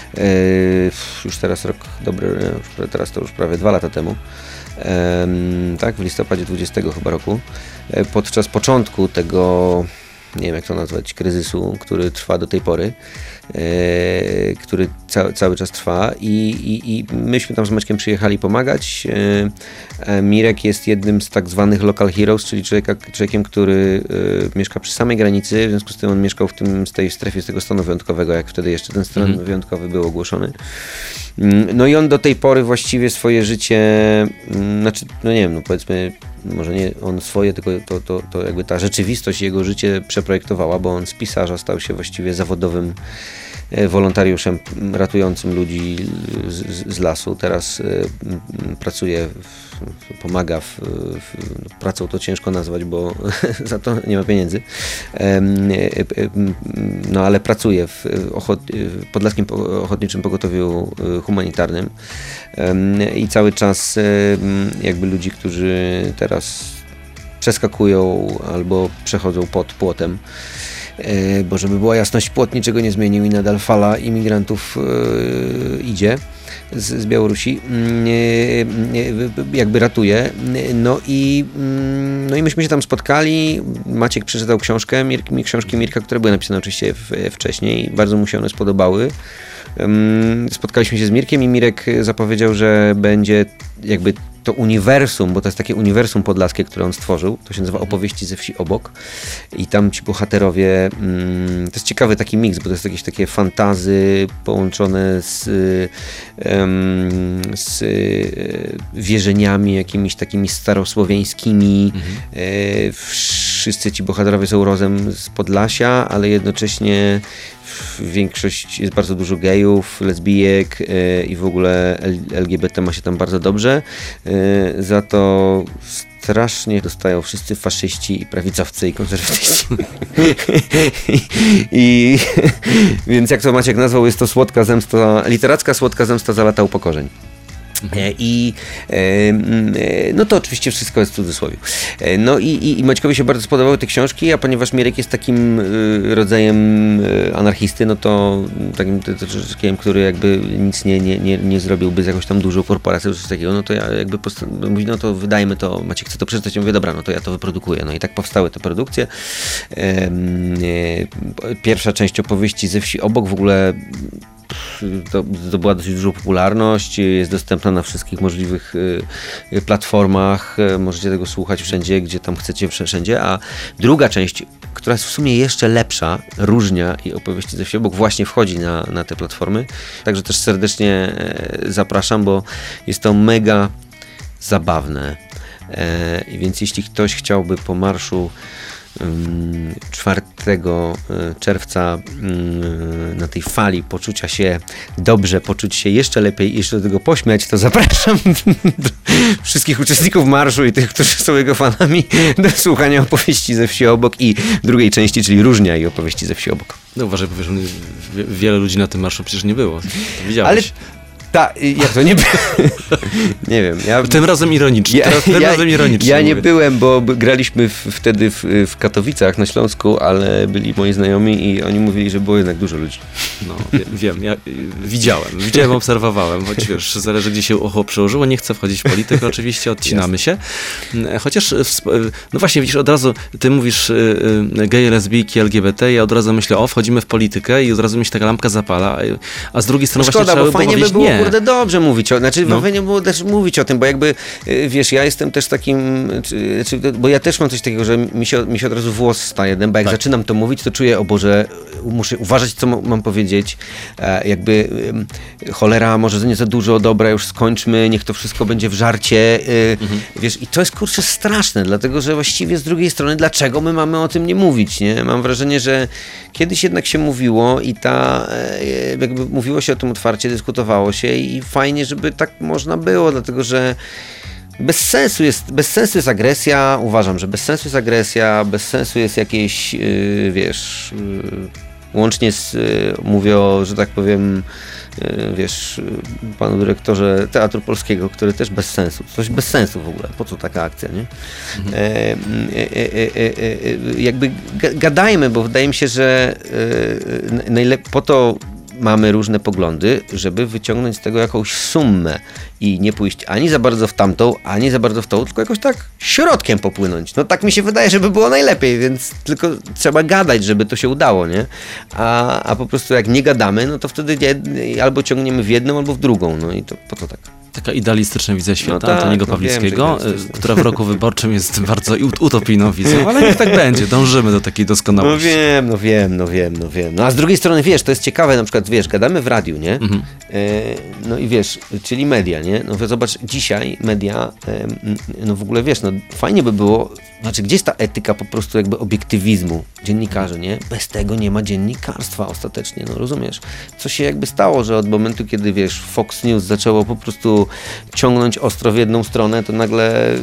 Speaker 3: Już teraz teraz to już prawie 2 lata temu. Tak, w listopadzie 20 chyba roku. Podczas początku tego nie wiem jak to nazwać, kryzysu, który trwa do tej pory, który cały czas trwa i myśmy tam z Maćkiem przyjechali pomagać. Mirek jest jednym z tak zwanych local heroes, czyli człowiekiem, który mieszka przy samej granicy, w związku z tym on mieszkał z tej strefie, z tego stanu wyjątkowego, jak wtedy jeszcze ten stan wyjątkowy był ogłoszony. No i on do tej pory właściwie swoje życie, znaczy, no nie wiem, no powiedzmy, może nie on swoje, tylko to jakby ta rzeczywistość jego życie przeprojektowała, bo on z pisarza stał się właściwie zawodowym wolontariuszem ratującym ludzi z lasu. Teraz pracuje, pomaga pracą to ciężko nazwać, bo za to nie ma pieniędzy. No ale pracuje w Podlaskim Ochotniczym Pogotowiu Humanitarnym i cały czas jakby ludzi, którzy teraz przeskakują albo przechodzą pod płotem, bo żeby była jasność, płot niczego nie zmienił i nadal fala imigrantów idzie z Białorusi, jakby ratuje. No i myśmy się tam spotkali, Maciek przeczytał książki Mirka, które były napisane oczywiście wcześniej, bardzo mu się one spodobały. Spotkaliśmy się z Mirkiem i Mirek zapowiedział, że będzie jakby to uniwersum, bo to jest takie uniwersum podlaskie, które on stworzył, to się nazywa Opowieści ze wsi obok i tam ci bohaterowie, to jest ciekawy taki miks, bo to jest jakieś takie fantazy połączone z wierzeniami jakimiś takimi starosłowiańskimi. Wszyscy ci bohaterowie są rodem z Podlasia, ale jednocześnie większość, jest bardzo dużo gejów, lesbijek i w ogóle LGBT ma się tam bardzo dobrze. Za to strasznie dostają wszyscy faszyści i prawicowcy i konserwatyści. Więc jak to Maciek nazwał, jest to słodka zemsta, literacka słodka zemsta za lata upokorzeń. No to oczywiście wszystko jest w cudzysłowie. No i Maćkowi się bardzo spodobały te książki, a ponieważ Mirek jest takim rodzajem anarchisty, no to takim człowiekiem, który jakby nic nie zrobiłby z jakąś tam dużą korporacją, coś takiego, no to ja jakby mówi, no to wydajmy to, Maciek chce to przeczytać, ja mówię, dobra, no to ja to wyprodukuję. No i tak powstały te produkcje. Pierwsza część Opowieści ze wsi obok w ogóle to była dosyć duża popularność, jest dostępna na wszystkich możliwych platformach, możecie tego słuchać wszędzie, gdzie tam chcecie, wszędzie, a druga część, która jest w sumie jeszcze lepsza, Różnia i Opowieści ze wsi obok, właśnie wchodzi na te platformy, także też serdecznie zapraszam, bo jest to mega zabawne, więc jeśli ktoś chciałby po marszu 4 czerwca na tej fali poczucia się dobrze, poczuć się jeszcze lepiej i jeszcze do tego pośmiać, to zapraszam wszystkich uczestników marszu i tych, którzy są jego fanami, do słuchania Opowieści ze wsi obok i drugiej części, czyli Różnia i Opowieści ze wsi obok.
Speaker 2: No uważaj, bo wiesz, wiele ludzi na tym marszu przecież nie było. To widziałeś.
Speaker 3: Ale jak to nie było? Nie wiem.
Speaker 2: Tym razem ironicznie.
Speaker 3: Ja nie byłem, bo graliśmy wtedy w Katowicach na Śląsku, ale byli moi znajomi i oni mówili, że było jednak dużo ludzi.
Speaker 2: No, wiem. Ja widziałem, obserwowałem, choć wiesz, zależy gdzie się ucho przełożyło. Nie chcę wchodzić w politykę, oczywiście, odcinamy się. Chociaż, no właśnie, widzisz, od razu ty mówisz geje, lesbijki, LGBT, ja od razu myślę, wchodzimy w politykę i od razu mi się taka lampka zapala, a z drugiej strony
Speaker 3: szkoda,
Speaker 2: właśnie trzeba
Speaker 3: fajnie by było,
Speaker 2: nie.
Speaker 3: Kurde, dobrze mówić fajnie było też mówić o tym, bo jakby, wiesz, ja jestem też takim, bo ja też mam coś takiego, że mi się od razu włos staje, bo jak zaczynam to mówić, to czuję, o Boże, muszę uważać, co mam powiedzieć, jakby cholera, może to nie za dużo, dobra, już skończmy, niech to wszystko będzie w żarcie, wiesz, i to jest, kurczę, straszne, dlatego, że właściwie z drugiej strony, dlaczego my mamy o tym nie mówić, nie? Mam wrażenie, że kiedyś jednak się mówiło i jakby mówiło się o tym otwarcie, dyskutowało się i fajnie, żeby tak można było, dlatego że bez sensu jest agresja, uważam, że bez sensu jest agresja, bez sensu jest jakieś, wiesz, łącznie mówię o, że tak powiem, wiesz, panu dyrektorze Teatru Polskiego, który też bez sensu, coś bez sensu w ogóle, po co taka akcja, nie? Jakby gadajmy, bo wydaje mi się, że po to mamy różne poglądy, żeby wyciągnąć z tego jakąś summę i nie pójść ani za bardzo w tamtą, ani za bardzo w tą, tylko jakoś tak środkiem popłynąć. No tak mi się wydaje, żeby było najlepiej, więc tylko trzeba gadać, żeby to się udało, nie? A po prostu jak nie gadamy, no to wtedy albo ciągniemy w jedną, albo w drugą, no i to po co tak?
Speaker 2: Taka idealistyczna wizja świata
Speaker 3: tak,
Speaker 2: Antoniego Pawlickiego, która w roku wyborczym jest bardzo utopijną wizją, ale niech tak będzie, dążymy do takiej doskonałości.
Speaker 3: No wiem. No a z drugiej strony, wiesz, to jest ciekawe, na przykład, wiesz, gadamy w radiu, nie? No i wiesz, czyli media, nie? No zobacz, dzisiaj media, no w ogóle, wiesz, no fajnie by było, znaczy gdzie jest ta etyka po prostu jakby obiektywizmu dziennikarzy, nie? Bez tego nie ma dziennikarstwa ostatecznie, no rozumiesz? Co się jakby stało, że od momentu, kiedy, wiesz, Fox News zaczęło po prostu ciągnąć ostro w jedną stronę, to nagle,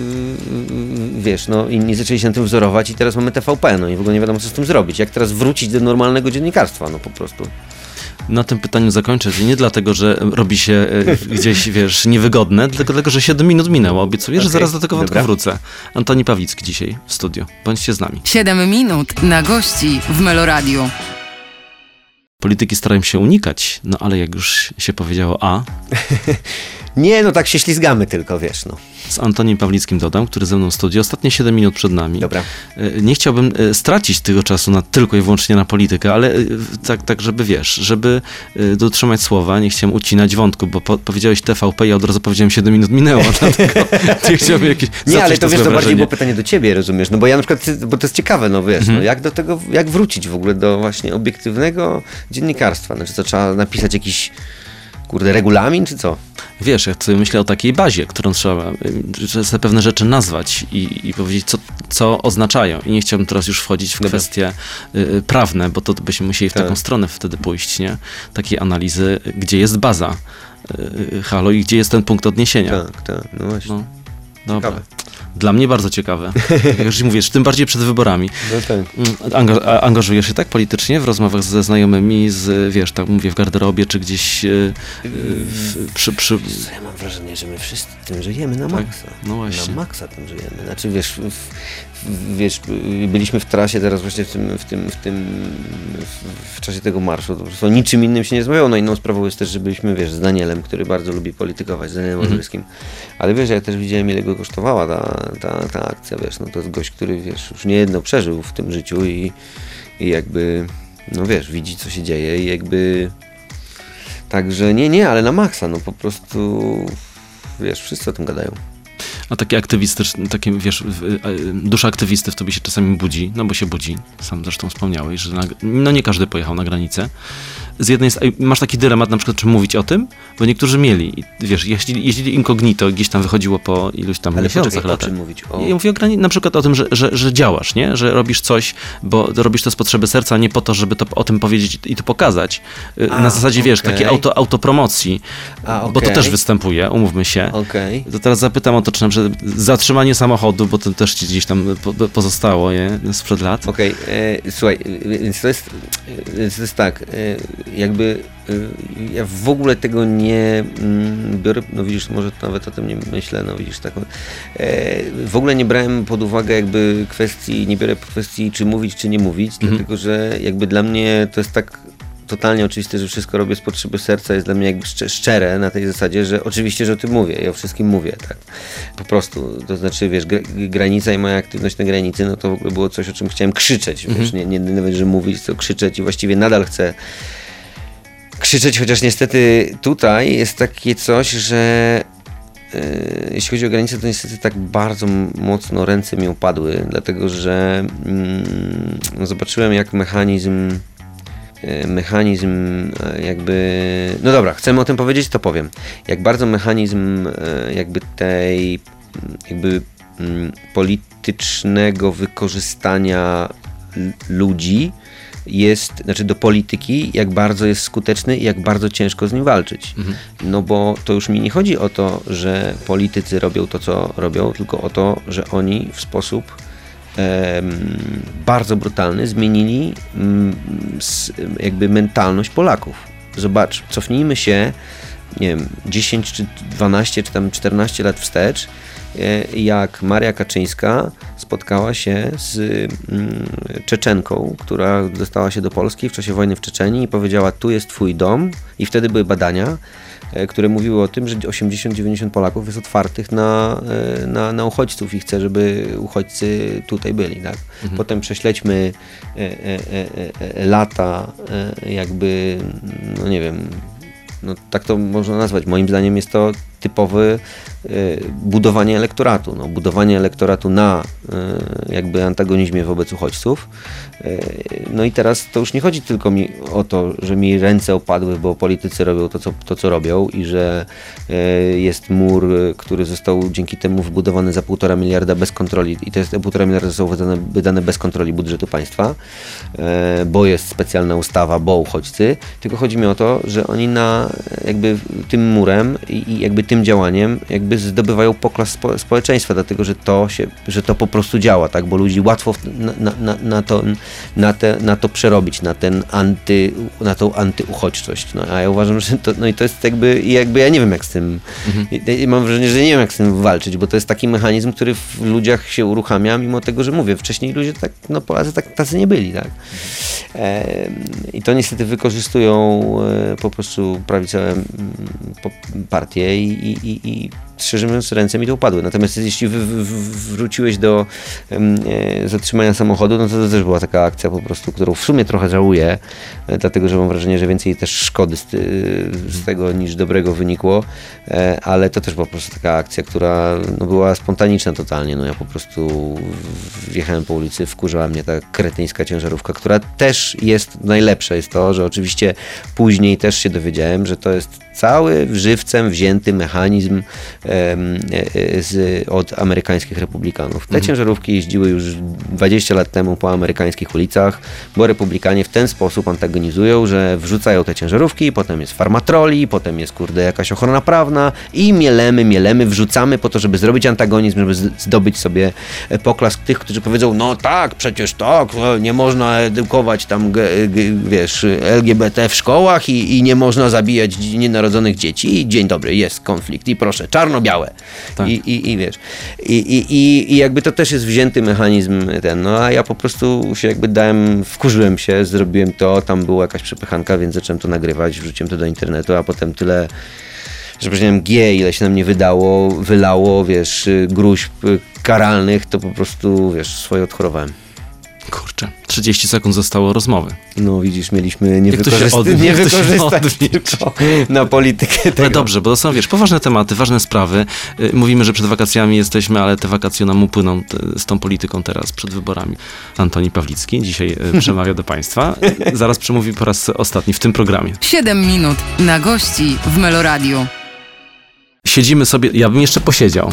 Speaker 3: wiesz, no inni zaczęli się na tym wzorować i teraz mamy TVP, no i w ogóle nie wiadomo, co z tym zrobić. Jak teraz wrócić do normalnego dziennikarstwa, no po prostu.
Speaker 2: Na tym pytaniu zakończę, że nie dlatego, że robi się gdzieś, wiesz, niewygodne, tylko dlatego, że 7 minut minęło. Obiecuję, że zaraz do tego wątku wrócę. Antoni Pawlicki dzisiaj w studiu. Bądźcie z nami.
Speaker 1: 7 minut na gości w Meloradiu.
Speaker 2: Polityki starają się unikać, no ale jak już się powiedziało A...
Speaker 3: Nie, no tak się ślizgamy tylko, wiesz, no.
Speaker 2: Z Antonim Pawlickim dodam, który ze mną w studiu. Ostatnie 7 minut przed nami.
Speaker 3: Dobra.
Speaker 2: Nie chciałbym stracić tego czasu tylko i wyłącznie na politykę, ale tak żeby wiesz, żeby dotrzymać słowa, nie chciałem ucinać wątku, bo powiedziałeś TVP, ja od razu powiedziałem 7 minut minęło, dlatego nie chciałbym jakieś...
Speaker 3: Nie, ale to wiesz, to bardziej było pytanie do ciebie, rozumiesz, no bo ja na przykład, bo to jest ciekawe, no wiesz, no jak do tego, jak wrócić w ogóle do właśnie obiektywnego dziennikarstwa, znaczy co, trzeba napisać jakiś, regulamin, czy co?
Speaker 2: Wiesz, ja sobie myślę o takiej bazie, którą trzeba te pewne rzeczy nazwać i powiedzieć, co oznaczają. I nie chciałbym teraz już wchodzić w kwestie prawne, bo to byśmy musieli w taką stronę wtedy pójść, nie? Takiej analizy, gdzie jest baza, halo, i gdzie jest ten punkt odniesienia.
Speaker 3: Tak, no właśnie.
Speaker 2: No, dobra. Ciekawe. Dla mnie bardzo ciekawe. Jak już mówisz, tym bardziej przed wyborami.
Speaker 3: No tak.
Speaker 2: Angażujesz się tak politycznie w rozmowach ze znajomymi, wiesz, tak mówię, w garderobie, czy gdzieś
Speaker 3: Ja mam wrażenie, że my wszyscy tym żyjemy na maksa.
Speaker 2: No właśnie.
Speaker 3: Na maksa tym żyjemy. Znaczy, wiesz, byliśmy w trasie teraz właśnie w czasie tego marszu. To po prostu o niczym innym się nie rozmawiało. No inną sprawą jest też, że byliśmy, wiesz, z Danielem, który bardzo lubi politykować, z Danielem Olbrzyskim. Ale wiesz, ja też widziałem, ile go kosztowała ta akcja, wiesz, no to jest gość, który, wiesz, już niejedno przeżył w tym życiu i jakby, no wiesz, widzi, co się dzieje i jakby, także ale na maksa, no po prostu, wiesz, wszyscy o tym gadają.
Speaker 2: A takie aktywistyczne, takie, wiesz, dusza aktywisty w tobie się czasami budzi, no bo się budzi, sam zresztą wspomniałeś, że no nie każdy pojechał na granicę. Z jednej masz taki dylemat na przykład, czy mówić o tym, bo niektórzy mieli, wiesz, jeździli incognito, gdzieś tam wychodziło po iluś tam miesiącach, latach.
Speaker 3: O czym mówić?
Speaker 2: Ja mówię na przykład o tym, że działasz, nie? Że robisz coś, bo robisz to z potrzeby serca, a nie po to, żeby to o tym powiedzieć i to pokazać. Na zasadzie, wiesz, takiej autopromocji, bo to też występuje, umówmy się. To teraz zapytam o to, czy na przykład zatrzymanie samochodu, bo to też ci gdzieś tam pozostało, nie? Sprzed lat.
Speaker 3: Słuchaj, więc to jest tak, jakby ja w ogóle tego nie biorę, no widzisz, może nawet o tym nie myślę, no widzisz, taką, w ogóle nie brałem pod uwagę jakby nie biorę kwestii, czy mówić, czy nie mówić, dlatego, że jakby dla mnie to jest tak totalnie oczywiste, że wszystko robię z potrzeby serca, jest dla mnie jakby szczere na tej zasadzie, że oczywiście, że o tym mówię, ja o wszystkim mówię, tak, po prostu, to znaczy, wiesz, granica i moja aktywność na granicy, no to w ogóle było coś, o czym chciałem krzyczeć, wiesz, nie nawet, że mówić, to krzyczeć i właściwie nadal chcę krzyczeć, chociaż niestety tutaj jest takie coś, że jeśli chodzi o granicę, to niestety tak bardzo mocno ręce mi opadły, dlatego, że zobaczyłem, jak mechanizm jakby, no dobra, chcemy o tym powiedzieć, to powiem. Jak bardzo mechanizm jakby tej jakby politycznego wykorzystania ludzi jest, znaczy do polityki, jak bardzo jest skuteczny i jak bardzo ciężko z nim walczyć. No bo to już mi nie chodzi o to, że politycy robią to, co robią, tylko o to, że oni w sposób bardzo brutalny zmienili jakby mentalność Polaków. Zobacz, cofnijmy się, nie wiem, 10 czy 12 czy tam 14 lat wstecz jak Maria Kaczyńska spotkała się z Czeczenką, która dostała się do Polski w czasie wojny w Czeczenii i powiedziała: tu jest twój dom. I wtedy były badania, które mówiły o tym, że 80-90 Polaków jest otwartych na uchodźców i chce, żeby uchodźcy tutaj byli. Tak? Potem prześledźmy lata jakby, no nie wiem, no tak to można nazwać. Moim zdaniem jest to typowe budowanie elektoratu. No, budowanie elektoratu na jakby antagonizmie wobec uchodźców. No i teraz to już nie chodzi tylko o to, że mi ręce opadły, bo politycy robią to, co robią i że jest mur, który został dzięki temu wybudowany za 1,5 miliarda bez kontroli i te 1,5 miliarda zostało wydane bez kontroli budżetu państwa, bo jest specjalna ustawa, bo uchodźcy. Tylko chodzi mi o to, że oni jakby tym murem i jakby tym działaniem jakby zdobywają poklasz społeczeństwa, dlatego że to po prostu działa, tak? Bo ludzi łatwo na to przerobić, na tą antyuchodźczość. No, a ja uważam, że to jest jakby ja nie wiem jak z tym, mam wrażenie, że nie wiem jak z tym walczyć, bo to jest taki mechanizm, który w ludziach się uruchamia, mimo tego, że mówię, wcześniej ludzie tak, no Polacy tacy nie byli, tak? I to niestety wykorzystują po prostu prawicowe partie i szczerze mówiąc ręce mi to upadły. Natomiast jeśli wróciłeś do zatrzymania samochodu, no to też była taka akcja po prostu, którą w sumie trochę żałuję, dlatego że mam wrażenie, że więcej też szkody z tego niż dobrego wynikło, ale to też była po prostu taka akcja, która no, była spontaniczna totalnie. No ja po prostu wjechałem po ulicy, wkurzała mnie ta kretyńska ciężarówka, która też jest, najlepsze jest to, że oczywiście później też się dowiedziałem, że to jest cały żywcem wzięty mechanizm od amerykańskich republikanów. Te ciężarówki jeździły już 20 lat temu po amerykańskich ulicach, bo republikanie w ten sposób antagonizują, że wrzucają te ciężarówki, potem jest farmatroli, potem jest jakaś ochrona prawna i mielemy, wrzucamy po to, żeby zrobić antagonizm, żeby zdobyć sobie poklask tych, którzy powiedzą, no tak, przecież tak, nie można edukować tam, wiesz, LGBT w szkołach i nie można zabijać nienarodzonych dzieci i dzień dobry, jest konflikt i proszę, czarno-białe. Tak. I wiesz, i jakby to też jest wzięty mechanizm no a ja po prostu się jakby wkurzyłem się, zrobiłem to, tam była jakaś przepychanka, więc zacząłem to nagrywać, wrzuciłem to do internetu, a potem tyle, że powiedziałem ile się na mnie wylało, wiesz, gruźb karalnych, to po prostu, wiesz, swoje odchorowałem.
Speaker 2: Kurczę, 30 sekund zostało rozmowy.
Speaker 3: No widzisz, mieliśmy nie wykorzystać tylko na politykę tego.
Speaker 2: Ale dobrze, bo to są, wiesz, poważne tematy, ważne sprawy. Mówimy, że przed wakacjami jesteśmy, ale te wakacje nam upłyną z tą polityką teraz, przed wyborami. Antoni Pawlicki dzisiaj przemawia do Państwa. Zaraz przemówi po raz ostatni w tym programie.
Speaker 1: 7 minut na gości w Meloradiu.
Speaker 2: Siedzimy sobie, ja bym jeszcze posiedział.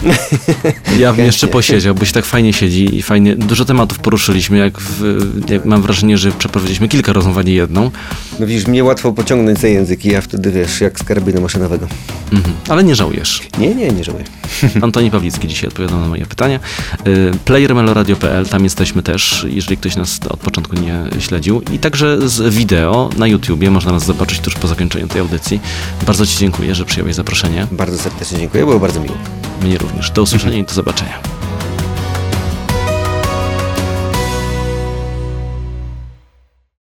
Speaker 2: Bo się tak fajnie siedzi i fajnie, dużo tematów poruszyliśmy, jak mam wrażenie, że przeprowadziliśmy kilka rozmów, a nie jedną.
Speaker 3: No widzisz, mnie łatwo pociągnąć te języki, ja wtedy, wiesz, jak z karabinu maszynowego.
Speaker 2: Ale nie żałujesz.
Speaker 3: Nie żałuję.
Speaker 2: Antoni Pawlicki dzisiaj odpowiadał na moje pytania. Player meloradio.pl, tam jesteśmy też, jeżeli ktoś nas od początku nie śledził. I także z wideo na YouTubie, można nas zobaczyć tuż po zakończeniu tej audycji. Bardzo Ci dziękuję, że przyjąłeś zaproszenie.
Speaker 3: Bardzo serdecznie dziękuję, było bardzo miło.
Speaker 2: Mnie również. Do usłyszenia i do zobaczenia.